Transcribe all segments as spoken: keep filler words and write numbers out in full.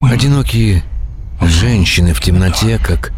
Одинокие женщины в темноте, как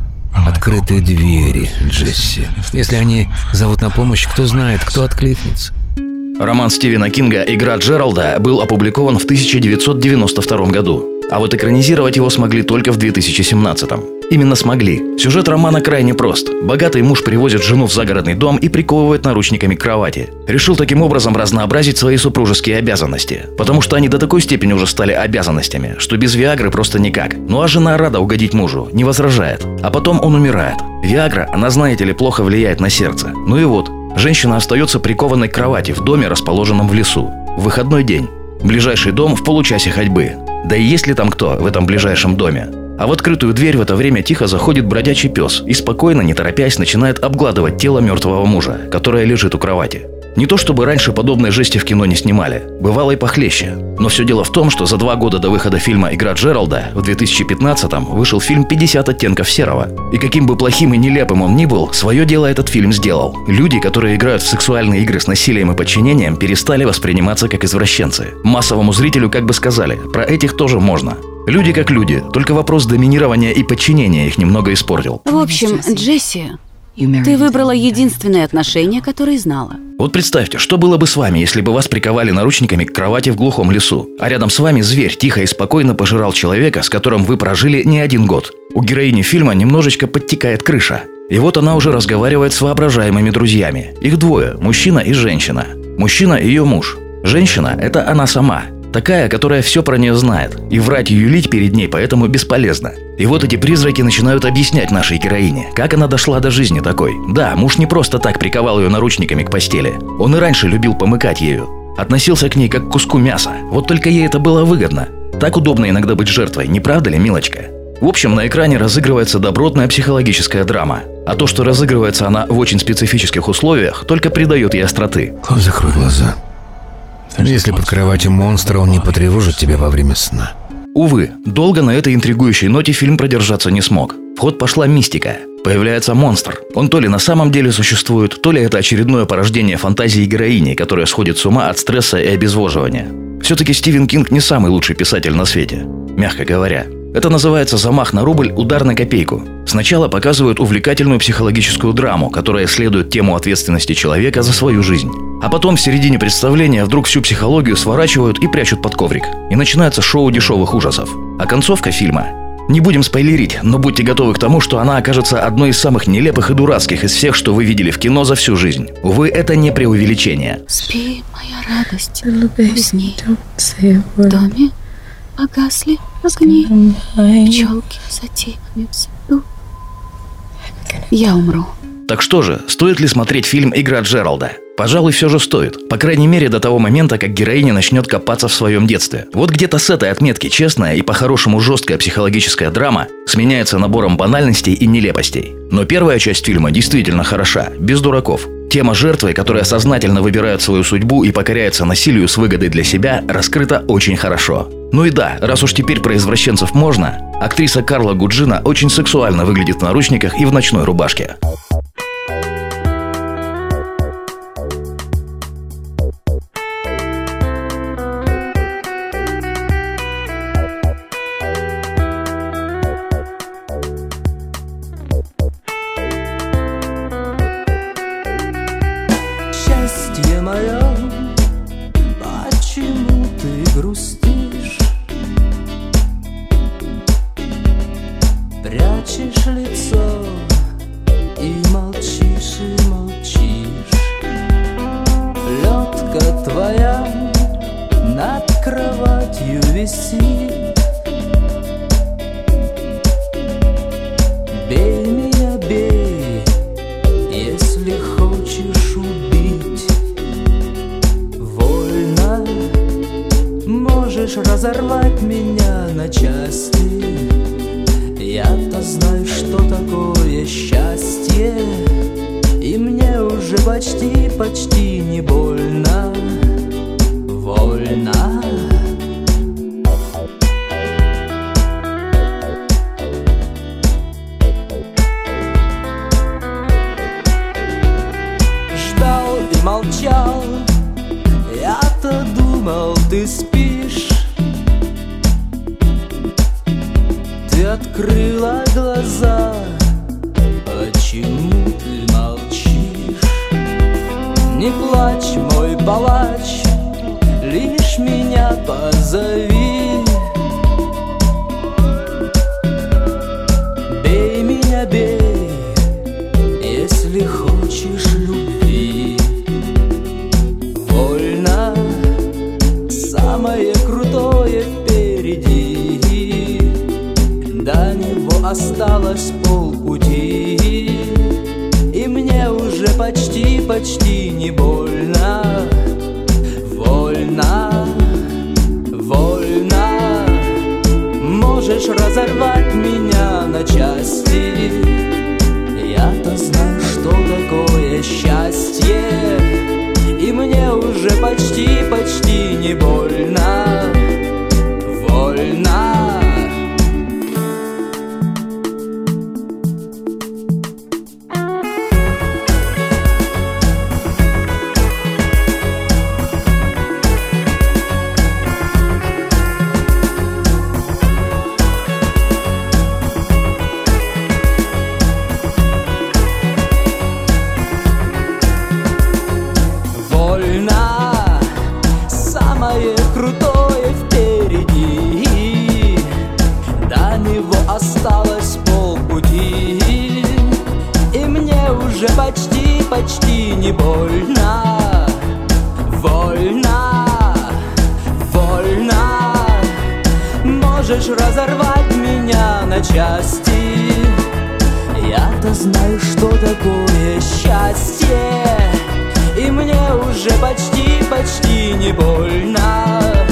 открытые двери, Джесси. Если они зовут на помощь, кто знает, кто откликнется. Роман Стивена Кинга «Игра Джералда» был опубликован в тысяча девятьсот девяносто втором году, а вот экранизировать его смогли только в две тысячи семнадцатом. Именно смогли. Сюжет романа крайне прост. Богатый муж привозит жену в загородный дом и приковывает наручниками к кровати. Решил таким образом разнообразить свои супружеские обязанности, потому что они до такой степени уже стали обязанностями, что без Виагры просто никак. Ну а жена рада угодить мужу, не возражает. А потом он умирает. Виагра, она, знаете ли, плохо влияет на сердце. Ну и вот, женщина остается прикованной к кровати в доме, расположенном в лесу. В выходной день. Ближайший дом в получасе ходьбы. Да и есть ли там кто в этом ближайшем доме? А в открытую дверь в это время тихо заходит бродячий пес и спокойно, не торопясь, начинает обгладывать тело мертвого мужа, которое лежит у кровати. Не то чтобы раньше подобные жести в кино не снимали, бывало и похлеще. Но все дело в том, что за два года до выхода фильма «Игра Джералда» в две тысячи пятнадцатом вышел фильм «пятьдесят оттенков серого». И каким бы плохим и нелепым он ни был, свое дело этот фильм сделал. Люди, которые играют в сексуальные игры с насилием и подчинением, перестали восприниматься как извращенцы. Массовому зрителю как бы сказали, про этих тоже можно. Люди как люди, только вопрос доминирования и подчинения их немного испортил. В общем, Джесси, ты выбрала единственные отношения, которые знала. Вот представьте, что было бы с вами, если бы вас приковали наручниками к кровати в глухом лесу, а рядом с вами зверь тихо и спокойно пожирал человека, с которым вы прожили не один год. У героини фильма немножечко подтекает крыша. И вот она уже разговаривает с воображаемыми друзьями. Их двое, мужчина и женщина. Мужчина – ее муж. Женщина – это она сама. Такая, которая все про нее знает. И врать и юлить перед ней поэтому бесполезно. И вот эти призраки начинают объяснять нашей героине, как она дошла до жизни такой. Да, муж не просто так приковал ее наручниками к постели. Он и раньше любил помыкать ею. Относился к ней как к куску мяса. Вот только ей это было выгодно. Так удобно иногда быть жертвой, не правда ли, милочка? В общем, на экране разыгрывается добротная психологическая драма. А то, что разыгрывается она в очень специфических условиях, только придает ей остроты. Закрой глаза. Если под кроватью монстра, он не потревожит тебя во время сна. Увы, долго на этой интригующей ноте фильм продержаться не смог. В ход пошла мистика. Появляется монстр. Он то ли на самом деле существует, то ли это очередное порождение фантазии героини, которая сходит с ума от стресса и обезвоживания. Все-таки Стивен Кинг не самый лучший писатель на свете, мягко говоря. Это называется замах на рубль, удар на копейку. Сначала показывают увлекательную психологическую драму, которая исследует тему ответственности человека за свою жизнь. А потом в середине представления вдруг всю психологию сворачивают и прячут под коврик. И начинается шоу дешевых ужасов. А концовка фильма... Не будем спойлерить, но будьте готовы к тому, что она окажется одной из самых нелепых и дурацких из всех, что вы видели в кино за всю жизнь. Увы, это не преувеличение. Спи, моя радость, усни. В доме погасли огни, пчелки затихли в саду. Я умру. Так что же, стоит ли смотреть фильм «Игра Джералда»? Пожалуй, все же стоит. По крайней мере, до того момента, как героиня начнет копаться в своем детстве. Вот где-то с этой отметки честная и по-хорошему жесткая психологическая драма сменяется набором банальностей и нелепостей. Но первая часть фильма действительно хороша, без дураков. Тема жертвы, которая сознательно выбирает свою судьбу и покоряется насилию с выгодой для себя, раскрыта очень хорошо. Ну и да, раз уж теперь про извращенцев можно, актриса Карла Гуджина очень сексуально выглядит в наручниках и в ночной рубашке. Счастье мое, почему ты грустишь? Прячешь лицо и молчишь, и молчишь. Лётка твоя над кроватью висит. Бей меня, бей, если хочешь убить. Вольно можешь разорвать меня на части. Я-то знаю, что такое счастье, и мне уже почти, почти не больно. Вольно. Ждал и молчал, я-то думал, ты спишь. ты открыла глаза. Почему ты молчишь? Не плачь, мой палач, лишь меня позови. Бей меня, бей, если хочешь любви. Вольно, самое крутое впереди. До него осталось полпути, и мне уже почти, почти не больно. Вольно, вольно, можешь разорвать меня на части. Я-то знаю, что такое счастье, и мне уже почти, почти не больно. Вольно. Самое крутое впереди, до него осталось полпути, и мне уже почти, почти не больно. Вольно, вольно, можешь разорвать меня на части. Я-то знаю, что такое счастье, и мне уже почти, почти не больно.